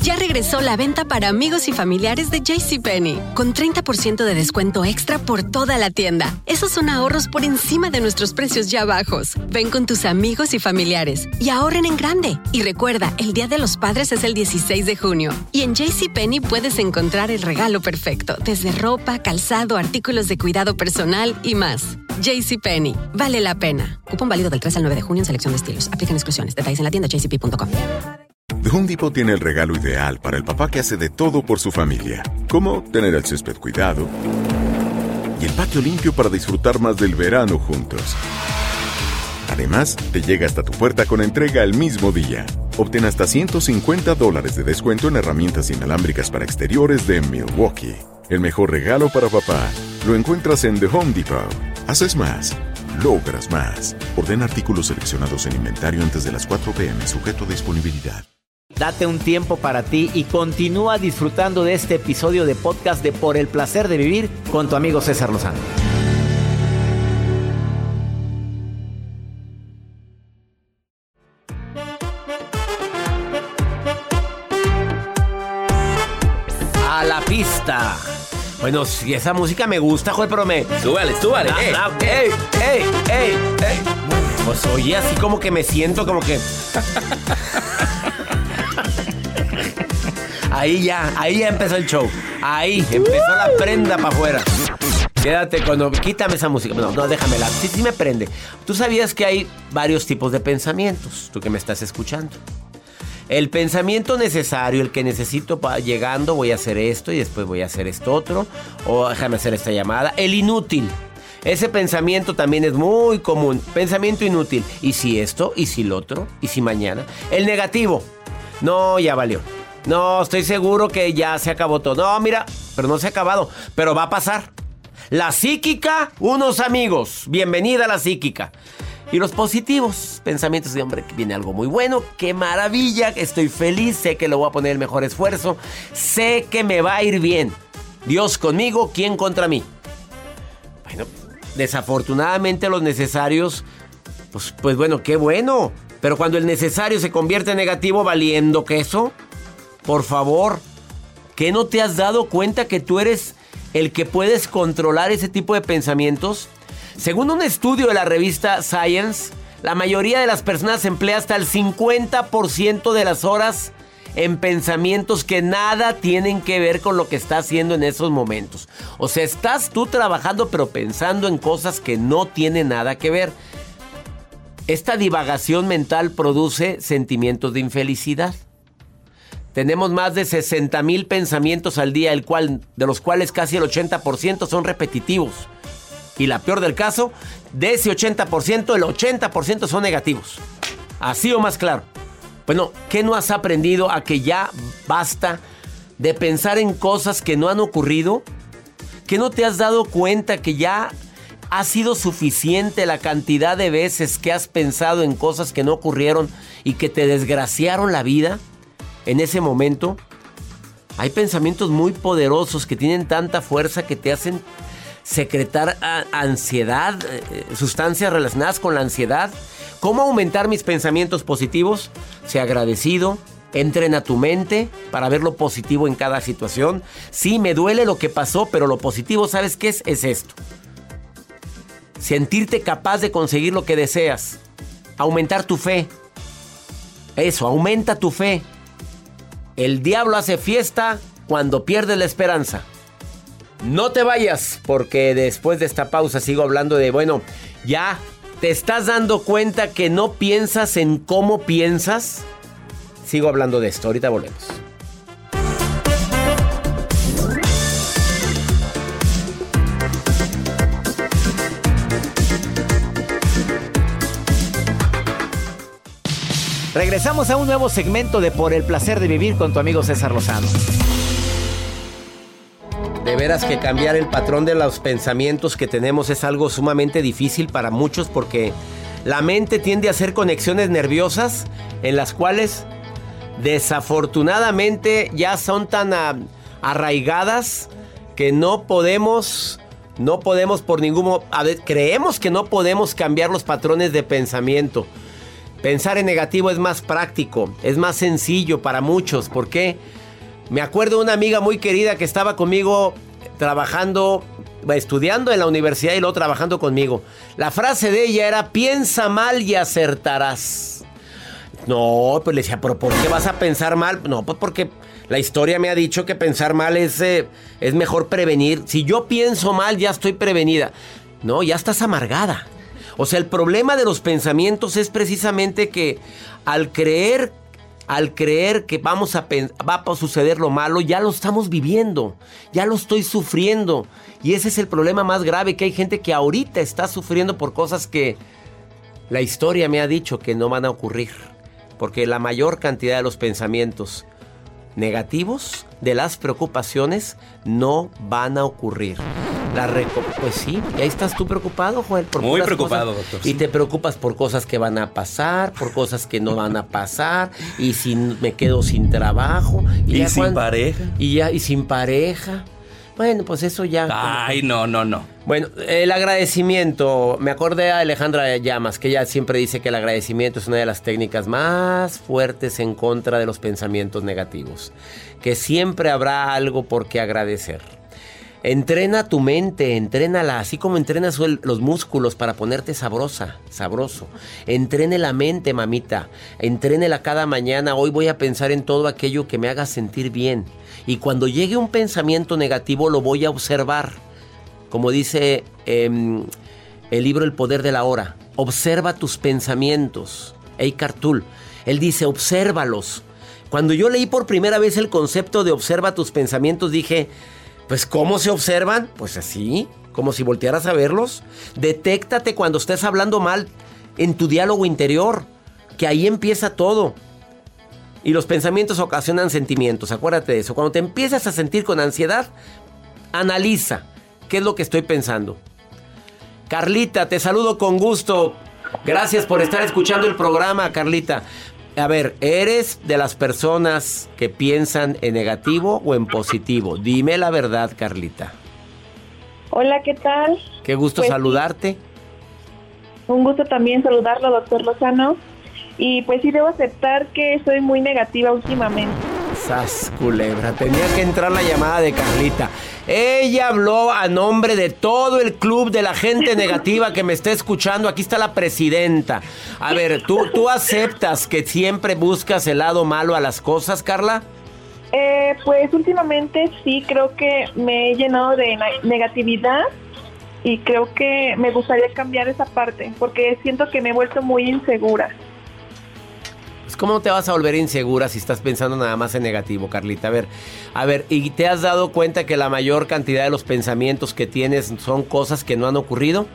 Ya regresó la venta para amigos y familiares de JCPenney, con 30% de descuento extra por toda la tienda. Esos son ahorros por encima de nuestros precios ya bajos. Ven con tus amigos y familiares y ahorren en grande. Y recuerda, el Día de los Padres es el 16 de junio. Y en JCPenney puedes encontrar el regalo perfecto, desde ropa, calzado, artículos de cuidado personal y más. JCPenney, vale la pena. Cupón válido del 3 al 9 de junio en selección de estilos. Aplican exclusiones. Detalles en la tienda jcp.com. The Home Depot tiene el regalo ideal para el papá que hace de todo por su familia, como tener el césped cuidado y el patio limpio para disfrutar más del verano juntos. Además, te llega hasta tu puerta con entrega el mismo día. Obtén hasta $150 de descuento en herramientas inalámbricas para exteriores de Milwaukee. El mejor regalo para papá lo encuentras en The Home Depot. Haces más, logras más. Ordena artículos seleccionados en inventario antes de las 4 p.m. sujeto a disponibilidad. Date un tiempo para ti y continúa disfrutando de este episodio de podcast de Por el Placer de Vivir con tu amigo César Lozano. A la pista. Bueno, si esa música me gusta, joder, pero me... Súbale. ¡Ey! Pues oye, así como que me siento como que... Ahí ya empezó el show. Ahí empezó la prenda para afuera. Quédate cuando... Quítame esa música. No, déjamela. Sí me prende. ¿Tú sabías que hay varios tipos de pensamientos? Tú que me estás escuchando. El pensamiento necesario, el que necesito para llegando, voy a hacer esto y después voy a hacer esto otro. O déjame hacer esta llamada. El inútil. Ese pensamiento también es muy común. Pensamiento inútil. ¿Y si esto? ¿Y si lo otro? ¿Y si mañana? El negativo. No, ya valió. No, estoy seguro que ya se acabó todo. No, mira, pero no se ha acabado. Pero va a pasar. La psíquica, unos amigos. Bienvenida a la psíquica. Y los positivos, pensamientos de hombre, que viene algo muy bueno. ¡Qué maravilla! Estoy feliz, sé que le voy a poner el mejor esfuerzo. Sé que me va a ir bien. Dios conmigo, ¿quién contra mí? Bueno, desafortunadamente los necesarios, pues bueno, qué bueno. Pero cuando el necesario se convierte en negativo, valiendo queso, por favor, ¿qué no te has dado cuenta que tú eres el que puedes controlar ese tipo de pensamientos? Según un estudio de la revista Science, la mayoría de las personas emplea hasta el 50% de las horas en pensamientos que nada tienen que ver con lo que está haciendo en esos momentos. O sea, estás tú trabajando pero pensando en cosas que no tienen nada que ver. Esta divagación mental produce sentimientos de infelicidad. Tenemos más de 60,000 pensamientos al día, de los cuales casi el 80% son repetitivos. Y la peor del caso, de ese 80%, el 80% son negativos. Así o más claro. Bueno, ¿qué no has aprendido a que ya basta de pensar en cosas que no han ocurrido? ¿Que no te has dado cuenta que ya ha sido suficiente la cantidad de veces que has pensado en cosas que no ocurrieron y que te desgraciaron la vida en ese momento? Hay pensamientos muy poderosos que tienen tanta fuerza que te hacen secretar ansiedad, sustancias relacionadas con la ansiedad. ¿Cómo aumentar mis pensamientos positivos? Sé agradecido, entrena tu mente para ver lo positivo en cada situación. Sí, me duele lo que pasó, pero lo positivo, ¿sabes qué es? Es esto. Sentirte capaz de conseguir lo que deseas. Aumentar tu fe. Eso, aumenta tu fe. El diablo hace fiesta cuando pierde la esperanza. No te vayas, porque después de esta pausa sigo hablando de, bueno, ya te estás dando cuenta que no piensas en cómo piensas. Sigo hablando de esto, ahorita volvemos. Regresamos a un nuevo segmento de Por el Placer de Vivir con tu amigo César Lozano. De veras que cambiar el patrón de los pensamientos que tenemos es algo sumamente difícil para muchos, porque la mente tiende a hacer conexiones nerviosas en las cuales desafortunadamente ya son tan arraigadas que no podemos por ningún modo, creemos que no podemos cambiar los patrones de pensamiento. Pensar en negativo es más práctico, es más sencillo para muchos. ¿Por qué? Me acuerdo de una amiga muy querida que estaba conmigo trabajando, estudiando en la universidad y luego trabajando conmigo. La frase de ella era: piensa mal y acertarás. No, pues le decía, ¿pero por qué vas a pensar mal? No, pues porque la historia me ha dicho que pensar mal es mejor prevenir. Si yo pienso mal, ya estoy prevenida. No, ya estás amargada. O sea, el problema de los pensamientos es precisamente que al creer que va a suceder lo malo, ya lo estamos viviendo, ya lo estoy sufriendo. Y ese es el problema más grave, que hay gente que ahorita está sufriendo por cosas que la historia me ha dicho que no van a ocurrir. Porque la mayor cantidad de los pensamientos negativos, de las preocupaciones, no van a ocurrir. Pues sí, y ahí estás tú preocupado, Joel. Muy preocupado, doctor. Y te preocupas por cosas que van a pasar, por cosas que no van a pasar, y si me quedo sin trabajo. Y sin pareja. Y sin pareja. Bueno, pues eso ya... Ay, no. Bueno, el agradecimiento. Me acordé de Alejandra Llamas, que ella siempre dice que el agradecimiento es una de las técnicas más fuertes en contra de los pensamientos negativos. Que siempre habrá algo por qué agradecer. Entrena tu mente, entrénala, así como entrenas los músculos para ponerte sabroso. Entrene la mente, mamita. Entrénela cada mañana. Hoy voy a pensar en todo aquello que me haga sentir bien. Y cuando llegue un pensamiento negativo, lo voy a observar. Como dice el libro El Poder de la Hora. Observa tus pensamientos. Eckhart Tolle. Él dice, obsérvalos. Cuando yo leí por primera vez el concepto de observa tus pensamientos, dije... Pues, ¿cómo se observan? Pues así, como si voltearas a verlos. Detéctate cuando estés hablando mal en tu diálogo interior, que ahí empieza todo. Y los pensamientos ocasionan sentimientos, acuérdate de eso. Cuando te empiezas a sentir con ansiedad, analiza qué es lo que estoy pensando. Carlita, te saludo con gusto. Gracias por estar escuchando el programa, Carlita. A ver, ¿eres de las personas que piensan en negativo o en positivo? Dime la verdad, Carlita. Hola, ¿qué tal? Qué gusto saludarte. Un gusto también saludarlo, doctor Lozano. Y pues sí, debo aceptar que soy muy negativa últimamente. ¡Sas, culebra! Tenía que entrar la llamada de Carlita. Ella habló a nombre de todo el club de la gente negativa que me está escuchando. Aquí está la presidenta. A ver, ¿tú aceptas que siempre buscas el lado malo a las cosas, Carla? Pues últimamente sí, creo que me he llenado de negatividad y creo que me gustaría cambiar esa parte porque siento que me he vuelto muy insegura. ¿Cómo no te vas a volver insegura si estás pensando nada más en negativo, Carlita? A ver, ¿y te has dado cuenta que la mayor cantidad de los pensamientos que tienes son cosas que no han ocurrido?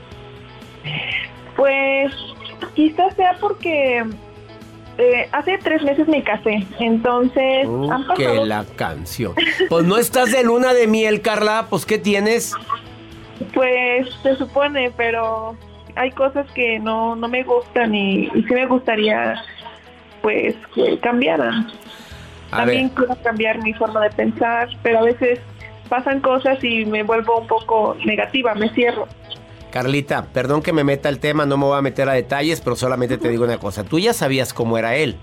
Pues quizás sea porque hace 3 meses me casé, entonces... han pasado... ¡Que la canción! Pues no estás de luna de miel, Carla, pues ¿qué tienes? Pues se supone, pero hay cosas que no me gustan y sí me gustaría... pues que cambiaran. También quiero cambiar mi forma de pensar, pero a veces pasan cosas y me vuelvo un poco negativa, me cierro. Carlita, perdón que me meta el tema, no me voy a meter a detalles, pero solamente te digo una cosa. ¿Tú ya sabías cómo era él?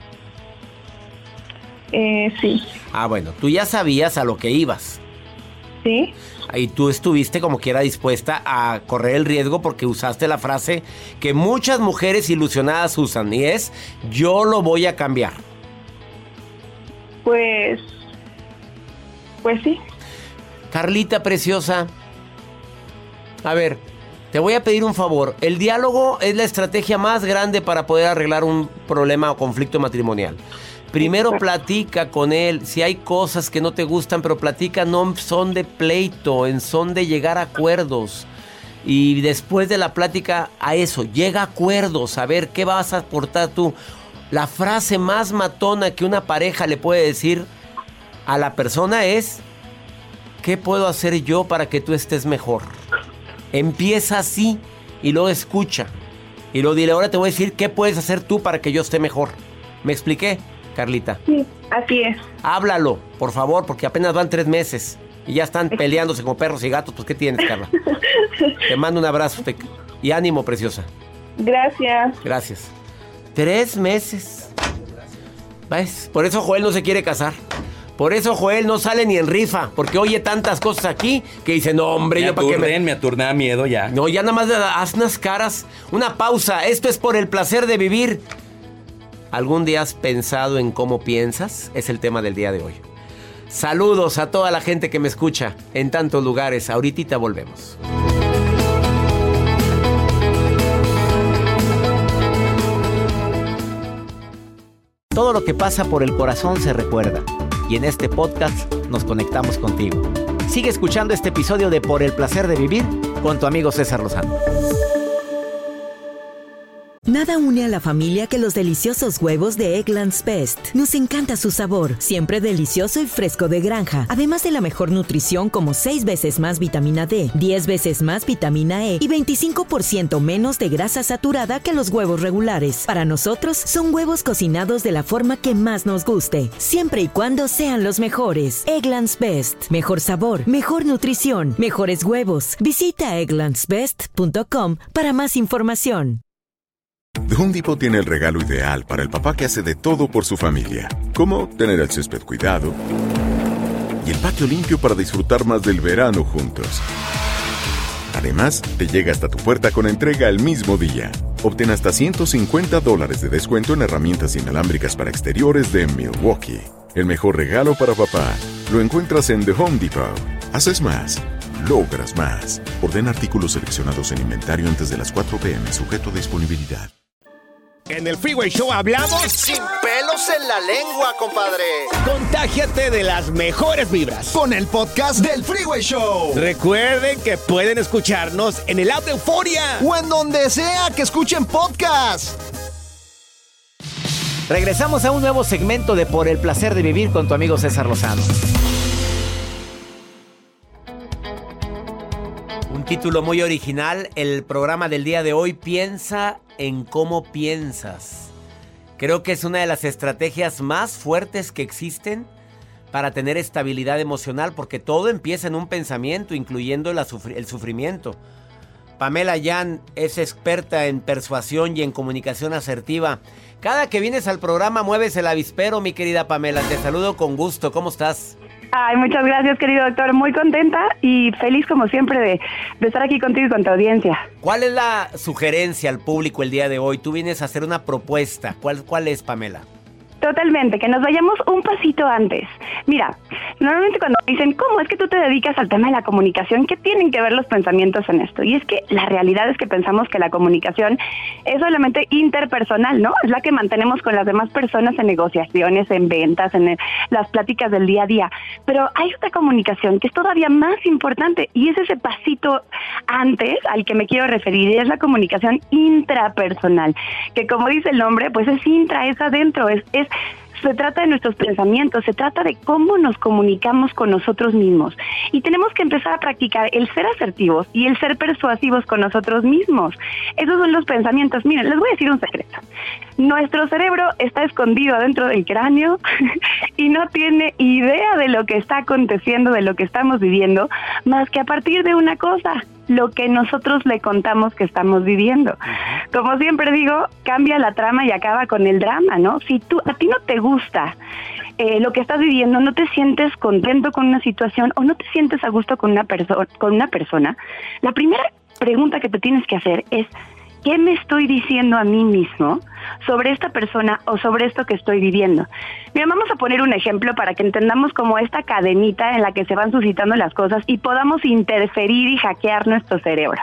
Sí. Ah, bueno, tú ya sabías a lo que ibas. Sí. Y tú estuviste como quiera dispuesta a correr el riesgo porque usaste la frase que muchas mujeres ilusionadas usan y es, yo lo voy a cambiar. Pues sí. Carlita preciosa, a ver, te voy a pedir un favor. El diálogo es la estrategia más grande para poder arreglar un problema o conflicto matrimonial. Primero platica con él, si hay cosas que no te gustan, pero platica no en son de pleito, en son de llegar a acuerdos. Y después de la plática a eso, llega a acuerdos, a ver qué vas a aportar tú. La frase más matona que una pareja le puede decir a la persona es, ¿qué puedo hacer yo para que tú estés mejor? Empieza así y luego escucha. Y luego dile, ahora te voy a decir qué puedes hacer tú para que yo esté mejor. ¿Me expliqué, Carlita? Sí, así es. Háblalo, por favor, porque apenas van 3 meses y ya están peleándose como perros y gatos. Pues, ¿qué tienes, Carla? Te mando un abrazo y ánimo, preciosa. Gracias. Gracias. 3 meses. ¿Ves? Por eso Joel no se quiere casar. Por eso Joel no sale ni en rifa, porque oye tantas cosas aquí que dice, no, hombre, yo para qué me aturde, da miedo ya. No, ya nada más haz unas caras, una pausa. Esto es por el placer de vivir. ¿Algún día has pensado en cómo piensas? Es el tema del día de hoy. Saludos a toda la gente que me escucha en tantos lugares. Ahorita volvemos. Todo lo que pasa por el corazón se recuerda. Y en este podcast nos conectamos contigo. Sigue escuchando este episodio de Por el placer de vivir con tu amigo César Lozano. Nada une a la familia que los deliciosos huevos de Eggland's Best. Nos encanta su sabor, siempre delicioso y fresco de granja. Además de la mejor nutrición como 6 veces más vitamina D, 10 veces más vitamina E y 25% menos de grasa saturada que los huevos regulares. Para nosotros, son huevos cocinados de la forma que más nos guste, siempre y cuando sean los mejores. Eggland's Best. Mejor sabor, mejor nutrición, mejores huevos. Visita egglandsbest.com para más información. The Home Depot tiene el regalo ideal para el papá que hace de todo por su familia, como tener el césped cuidado y el patio limpio para disfrutar más del verano juntos. Además, te llega hasta tu puerta con entrega el mismo día. Obtén hasta $150 de descuento en herramientas inalámbricas para exteriores de Milwaukee. El mejor regalo para papá lo encuentras en The Home Depot. Haces más, logras más. Ordena artículos seleccionados en inventario antes de las 4 p.m. sujeto a disponibilidad. En el Freeway Show hablamos sin pelos en la lengua, compadre. Contágiate de las mejores vibras con el podcast del Freeway Show. Recuerden que pueden escucharnos en el app de Euforia o en donde sea que escuchen podcast. Regresamos a un nuevo segmento de Por el placer de vivir con tu amigo César Lozano. Un título muy original, el programa del día de hoy, Piensa en cómo piensas. Creo que es una de las estrategias más fuertes que existen para tener estabilidad emocional, porque todo empieza en un pensamiento, incluyendo el sufrimiento. Pamela Yan es experta en persuasión y en comunicación asertiva. Cada que vienes al programa mueves el avispero, mi querida Pamela. Te saludo con gusto. ¿Cómo estás? Ay, muchas gracias, querido doctor. Muy contenta y feliz, como siempre, de estar aquí contigo y con tu audiencia. ¿Cuál es la sugerencia al público el día de hoy? Tú vienes a hacer una propuesta. ¿Cuál es, Pamela? Totalmente, que nos vayamos un pasito antes. Mira, normalmente cuando dicen, ¿cómo es que tú te dedicas al tema de la comunicación? ¿Qué tienen que ver los pensamientos en esto? Y es que la realidad es que pensamos que la comunicación es solamente interpersonal, ¿no? Es la que mantenemos con las demás personas en negociaciones, en ventas, en las pláticas del día a día. Pero hay otra comunicación que es todavía más importante y es ese pasito antes al que me quiero referir, y es la comunicación intrapersonal, que como dice el nombre, pues es intra, es adentro, se trata de nuestros pensamientos, se trata de cómo nos comunicamos con nosotros mismos. Y tenemos que empezar a practicar el ser asertivos y el ser persuasivos con nosotros mismos. Esos son los pensamientos. Miren, les voy a decir un secreto. Nuestro cerebro está escondido adentro del cráneo y no tiene idea de lo que está aconteciendo, de lo que estamos viviendo, más que a partir de una cosa: lo que nosotros le contamos que estamos viviendo. Como siempre digo, cambia la trama y acaba con el drama, ¿no? Si a ti no te gusta lo que estás viviendo, no te sientes contento con una situación o no te sientes a gusto con una persona, la primera pregunta que te tienes que hacer es: ¿qué me estoy diciendo a mí mismo sobre esta persona o sobre esto que estoy viviendo? Mira, vamos a poner un ejemplo para que entendamos como esta cadenita en la que se van suscitando las cosas y podamos interferir y hackear nuestro cerebro.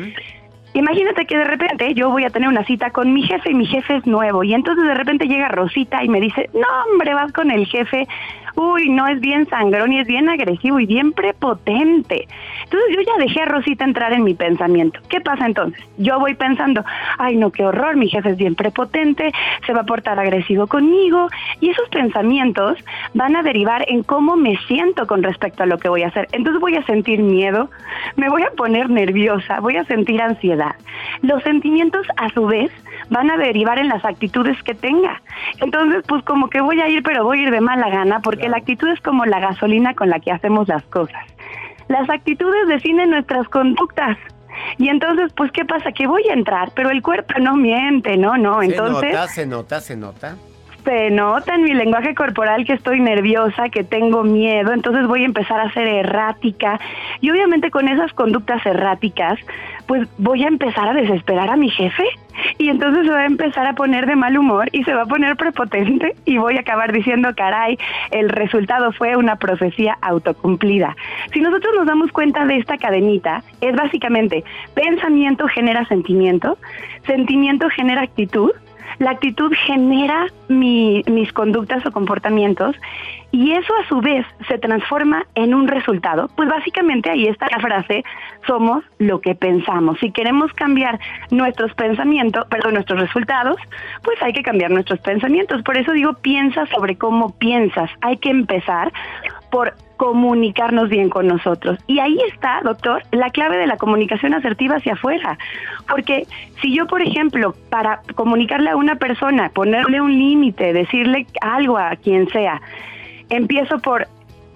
Imagínate que de repente yo voy a tener una cita con mi jefe y mi jefe es nuevo, y entonces de repente llega Rosita y me dice: no, hombre, vas con el jefe, uy, no, es bien sangrón y es bien agresivo y bien prepotente. Entonces yo ya dejé a Rosita entrar en mi pensamiento. ¿Qué pasa entonces? Yo voy pensando: ay, no, qué horror, mi jefe es bien prepotente, se va a portar agresivo conmigo, y esos pensamientos van a derivar en cómo me siento con respecto a lo que voy a hacer. Entonces voy a sentir miedo, me voy a poner nerviosa, voy a sentir ansiedad. Los sentimientos, a su vez, van a derivar en las actitudes que tenga. Entonces, pues como que voy a ir, pero voy a ir de mala gana, porque la actitud es como la gasolina con la que hacemos las cosas. Las actitudes definen nuestras conductas. Y entonces, pues, ¿qué pasa? Que voy a entrar, pero el cuerpo no miente, no. Entonces, Se nota. se nota en mi lenguaje corporal que estoy nerviosa, que tengo miedo, entonces voy a empezar a ser errática. Y obviamente con esas conductas erráticas, pues voy a empezar a desesperar a mi jefe. Y entonces se va a empezar a poner de mal humor y se va a poner prepotente y voy a acabar diciendo, caray, el resultado fue una profecía autocumplida. Si nosotros nos damos cuenta de esta cadenita, es básicamente pensamiento genera sentimiento, sentimiento genera actitud, la actitud genera mis conductas o comportamientos y eso a su vez se transforma en un resultado. Pues básicamente ahí está la frase, somos lo que pensamos. Si queremos cambiar nuestros resultados, pues hay que cambiar nuestros pensamientos. Por eso digo, piensa sobre cómo piensas. Hay que empezar por comunicarnos bien con nosotros. Y ahí está, doctor, la clave de la comunicación asertiva hacia afuera. Porque si yo, por ejemplo, para comunicarle a una persona, ponerle un límite, decirle algo a quien sea, empiezo por,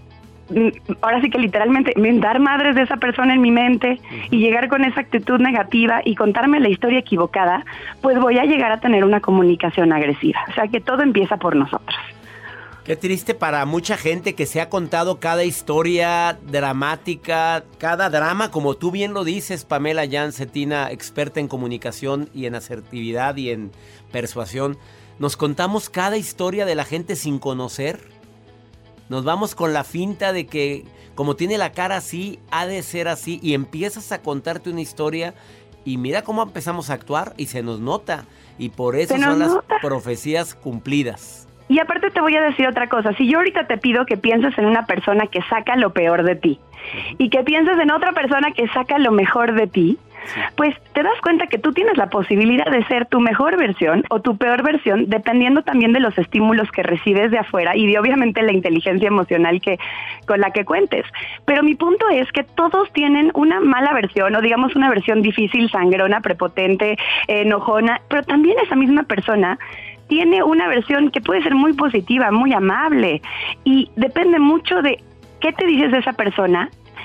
ahora sí que literalmente, mentar madres de esa persona en mi mente y llegar con esa actitud negativa y contarme la historia equivocada, pues voy a llegar a tener una comunicación agresiva. O sea que todo empieza por nosotros. Qué triste para mucha gente que se ha contado cada historia dramática, cada drama, como tú bien lo dices, Pamela Yan Cetina, experta en comunicación y en asertividad y en persuasión. Nos contamos cada historia de la gente sin conocer. Nos vamos con la finta de que como tiene la cara así, ha de ser así, y empiezas a contarte una historia y mira cómo empezamos a actuar y se nos nota. Y por eso son las profecías cumplidas. Y aparte te voy a decir otra cosa, si yo ahorita te pido que pienses en una persona que saca lo peor de ti y que pienses en otra persona que saca lo mejor de ti, pues te das cuenta que tú tienes la posibilidad de ser tu mejor versión o tu peor versión, dependiendo también de los estímulos que recibes de afuera y de obviamente la inteligencia emocional con la que cuentes. Pero mi punto es que todos tienen una mala versión o digamos una versión difícil, sangrona, prepotente, enojona, pero también esa misma persona tiene una versión que puede ser muy positiva, muy amable, y depende mucho de qué te dices de esa persona,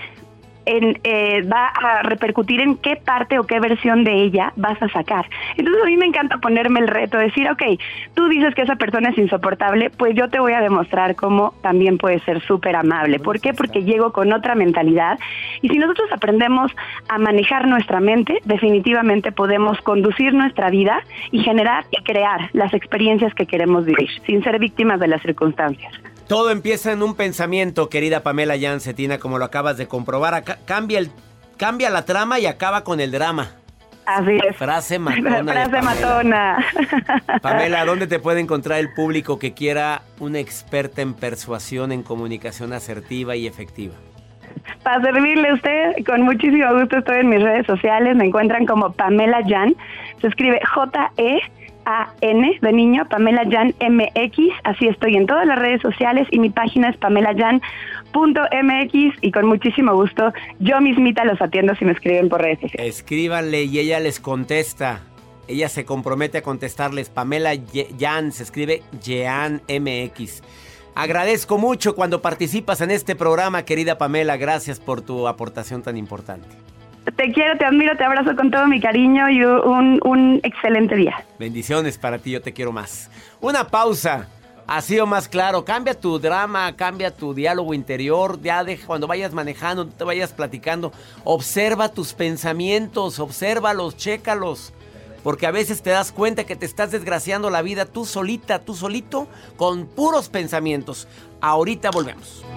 va a repercutir en qué parte o qué versión de ella vas a sacar. Entonces a mí me encanta ponerme el reto, decir, ok, tú dices que esa persona es insoportable, pues yo te voy a demostrar cómo también puede ser súper amable. ¿Por qué? Porque llego con otra mentalidad, y si nosotros aprendemos a manejar nuestra mente, definitivamente podemos conducir nuestra vida y generar y crear las experiencias que queremos vivir, sin ser víctimas de las circunstancias. Todo empieza en un pensamiento, querida Pamela Yan Cetina, como lo acabas de comprobar. Cambia la trama y acaba con el drama. Así es. Frase matona. Frase matona. Pamela, ¿dónde te puede encontrar el público que quiera una experta en persuasión, en comunicación asertiva y efectiva? Para servirle a usted, con muchísimo gusto estoy en mis redes sociales. Me encuentran como Pamela Yan. Se escribe J-E-A-N de niño, Pamela Yan MX, así estoy en todas las redes sociales y mi página es pamelayan.mx y con muchísimo gusto yo mismita los atiendo si me escriben por redes sociales. Escríbanle y ella les contesta. Ella se compromete a contestarles. Pamela Yan, se escribe Yan MX. Agradezco mucho cuando participas en este programa, querida Pamela. Gracias por tu aportación tan importante. Te quiero, te admiro, te abrazo con todo mi cariño y un excelente día. Bendiciones para ti, yo te quiero más. Una pausa, ha sido más claro. Cambia tu drama, cambia tu diálogo interior. Ya deja, cuando vayas manejando, te vayas platicando, observa tus pensamientos, obsérvalos, chécalos. Porque a veces te das cuenta que te estás desgraciando la vida tú solita, tú solito, con puros pensamientos. Ahorita volvemos.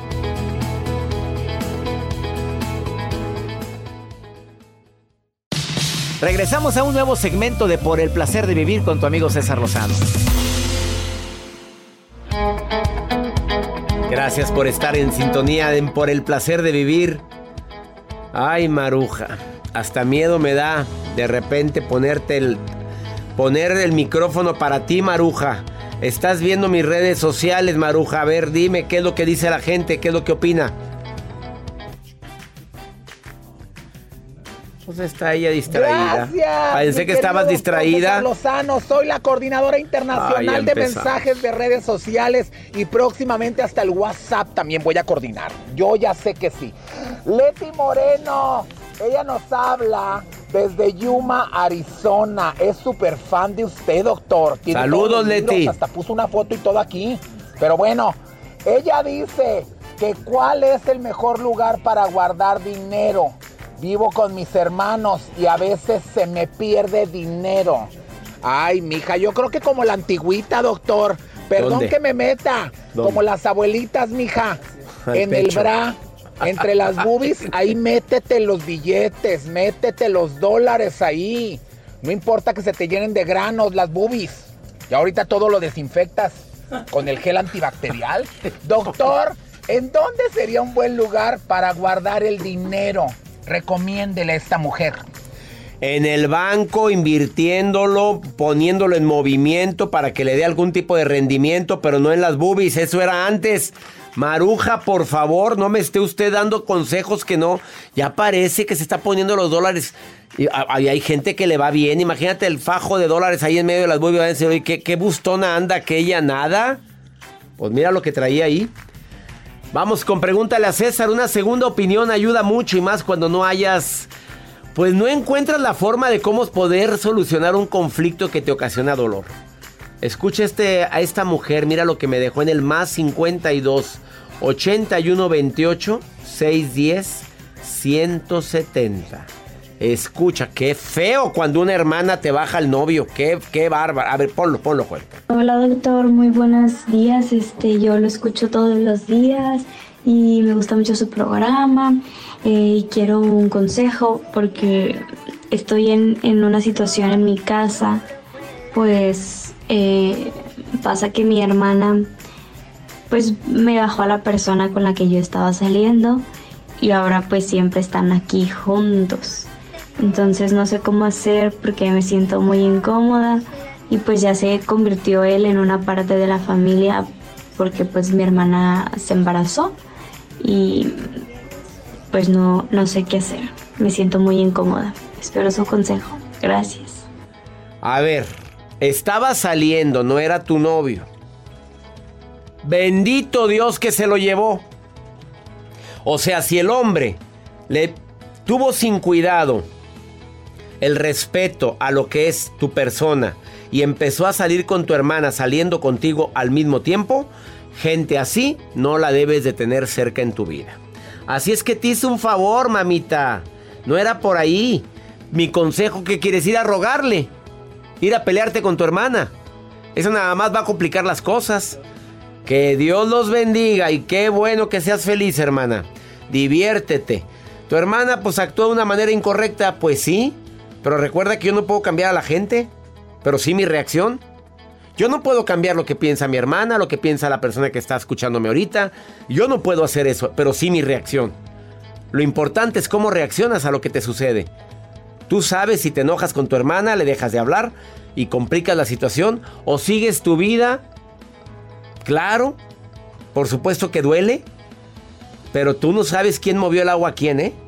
Regresamos a un nuevo segmento de Por el Placer de Vivir con tu amigo César Lozano. Gracias por estar en sintonía en Por el Placer de Vivir. Ay, Maruja, hasta miedo me da de repente poner el micrófono para ti, Maruja. Estás viendo mis redes sociales, Maruja. A ver, dime qué es lo que dice la gente, qué es lo que opina. Pues está ella distraída. Gracias. Pensé que estabas distraída. Lozano, soy la coordinadora internacional de mensajes de redes sociales y próximamente hasta el WhatsApp también voy a coordinar. Yo ya sé que sí. Leti Moreno, Ella nos habla desde Yuma, Arizona. Es súper fan de usted, doctor. Tiene saludos, Leti. Hasta puso una foto y todo aquí. Pero bueno, ella dice que cuál es el mejor lugar para guardar dinero. Vivo con mis hermanos y a veces se me pierde dinero. Ay, mija, yo creo que como la antigüita, doctor. Perdón. ¿Dónde? Que me meta. ¿Dónde? Como las abuelitas, mija. En el bra. Entre las boobies, ahí métete los billetes, métete los dólares ahí. No importa que se te llenen de granos las boobies. Y ahorita todo lo desinfectas con el gel antibacterial. Doctor, ¿en dónde sería un buen lugar para guardar el dinero? Recomiéndele a esta mujer. En el banco, invirtiéndolo, poniéndolo en movimiento para que le dé algún tipo de rendimiento, pero no en las boobies. Eso era antes. Maruja, por favor, no me esté usted dando consejos que no. Ya parece que se está poniendo los dólares. Y hay gente que le va bien. Imagínate el fajo de dólares ahí en medio de las boobies. Va a decir, oye, qué bustona anda aquella, nada. Pues mira lo que traía ahí. Vamos con Pregúntale a César. Una segunda opinión ayuda mucho y más cuando no hayas... Pues no encuentras la forma de cómo poder solucionar un conflicto que te ocasiona dolor. Escucha a esta mujer, mira lo que me dejó en el más 52 81 28 610 170. Escucha, qué feo cuando una hermana te baja al novio, qué bárbaro. A ver, ponlo, Juan. Hola, doctor, muy buenos días. Yo lo escucho todos los días y me gusta mucho su programa. Y quiero un consejo porque estoy en una situación en mi casa. Pues pasa que mi hermana pues me bajó a la persona con la que yo estaba saliendo y ahora pues siempre están aquí juntos. Entonces no sé cómo hacer porque me siento muy incómoda y pues ya se convirtió él en una parte de la familia porque pues mi hermana se embarazó y pues no sé qué hacer. Me siento muy incómoda. Espero su consejo. Gracias. A ver, estaba saliendo, no era tu novio. Bendito Dios que se lo llevó. O sea, si el hombre le tuvo sin cuidado el respeto a lo que es tu persona y empezó a salir con tu hermana saliendo contigo al mismo tiempo, gente así no la debes de tener cerca en tu vida. Así es que te hice un favor, mamita. No era por ahí. Mi consejo, ¿qué quieres? Ir a rogarle. Ir a pelearte con tu hermana. Eso nada más va a complicar las cosas. Que Dios los bendiga y qué bueno que seas feliz, hermana. Diviértete. Tu hermana pues actuó de una manera incorrecta, pues sí. Pero recuerda que yo no puedo cambiar a la gente. Pero sí mi reacción. Yo no puedo cambiar lo que piensa mi hermana, lo que piensa la persona que está escuchándome ahorita. Yo no puedo hacer eso, pero sí mi reacción. Lo importante es cómo reaccionas a lo que te sucede. Tú sabes si te enojas con tu hermana, le dejas de hablar y complicas la situación o sigues tu vida. Claro, por supuesto que duele, pero tú no sabes quién movió el agua a quién, ¿eh?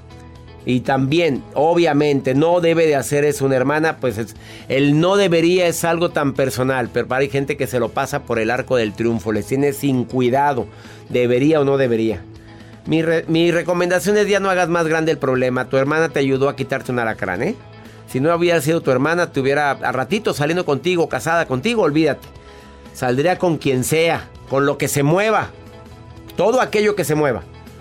Y también, obviamente, no debe de hacer eso una hermana, pues el no debería es algo tan personal, pero hay gente que se lo pasa por el arco del triunfo, les tiene sin cuidado, debería o no debería. Mi recomendación es ya no hagas más grande el problema, tu hermana te ayudó a quitarte un alacrán, ¿eh? Si no hubiera sido tu hermana, te hubiera a ratito saliendo contigo, casada contigo, olvídate. Saldría con quien sea, con lo que se mueva, todo aquello que se mueva.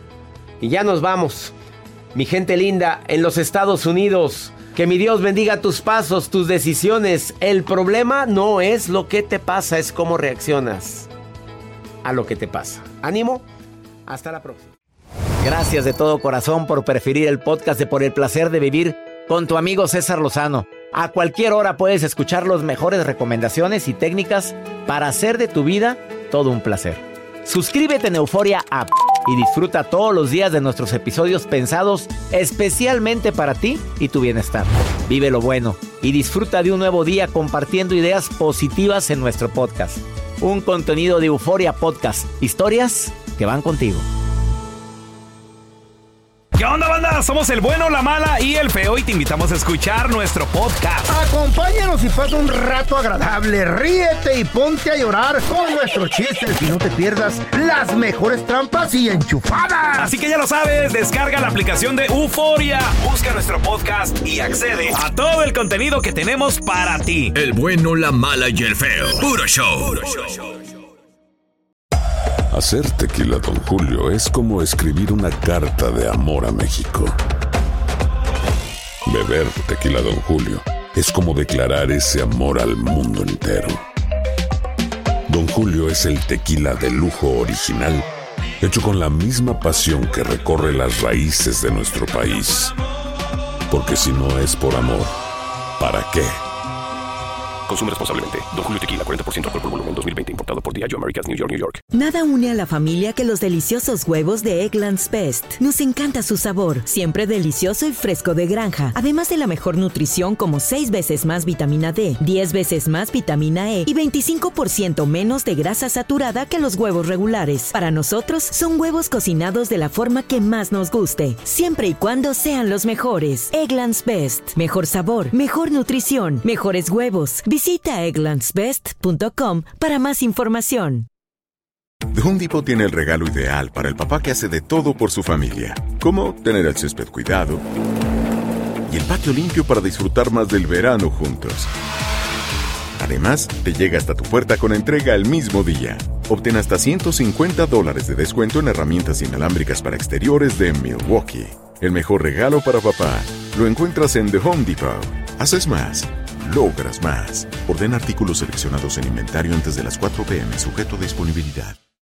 Y ya nos vamos. Mi gente linda, en los Estados Unidos, que mi Dios bendiga tus pasos, tus decisiones. El problema no es lo que te pasa, es cómo reaccionas a lo que te pasa. Ánimo, hasta la próxima. Gracias de todo corazón por preferir el podcast de Por el Placer de Vivir con tu amigo César Lozano. A cualquier hora puedes escuchar las mejores recomendaciones y técnicas para hacer de tu vida todo un placer. Suscríbete en Euforia App y disfruta todos los días de nuestros episodios pensados especialmente para ti y tu bienestar. Vive lo bueno y disfruta de un nuevo día compartiendo ideas positivas en nuestro podcast. Un contenido de Euforia Podcast. Historias que van contigo. ¿Qué onda, banda? Somos el bueno, la mala y el feo y te invitamos a escuchar nuestro podcast. Acompáñanos y pasa un rato agradable. Ríete y ponte a llorar con nuestros chistes y no te pierdas las mejores trampas y enchufadas. Así que ya lo sabes, descarga la aplicación de Euforia, busca nuestro podcast y accede a todo el contenido que tenemos para ti. El bueno, la mala y el feo. Puro show. Hacer tequila Don Julio es como escribir una carta de amor a México. Beber tequila Don Julio es como declarar ese amor al mundo entero. Don Julio es el tequila de lujo original, hecho con la misma pasión que recorre las raíces de nuestro país. Porque si no es por amor, ¿para qué? Consume responsablemente. Don Julio Tequila, 40% alcohol por volumen, 2020. Importado por Diageo Americas, New York, New York. Nada une a la familia que los deliciosos huevos de Eggland's Best. Nos encanta su sabor, siempre delicioso y fresco de granja. Además de la mejor nutrición como 6 veces más vitamina D, 10 veces más vitamina E y 25% menos de grasa saturada que los huevos regulares. Para nosotros, son huevos cocinados de la forma que más nos guste, siempre y cuando sean los mejores. Eggland's Best. Mejor sabor, mejor nutrición, mejores huevos. Visita egglandsbest.com para más información. The Home Depot tiene el regalo ideal para el papá que hace de todo por su familia, como tener el césped cuidado y el patio limpio para disfrutar más del verano juntos. Además, te llega hasta tu puerta con entrega el mismo día. Obtén hasta $150 de descuento en herramientas inalámbricas para exteriores de Milwaukee. El mejor regalo para papá lo encuentras en The Home Depot. Haces más, logras más. Ordena artículos seleccionados en inventario antes de las 4 p.m. sujeto a disponibilidad.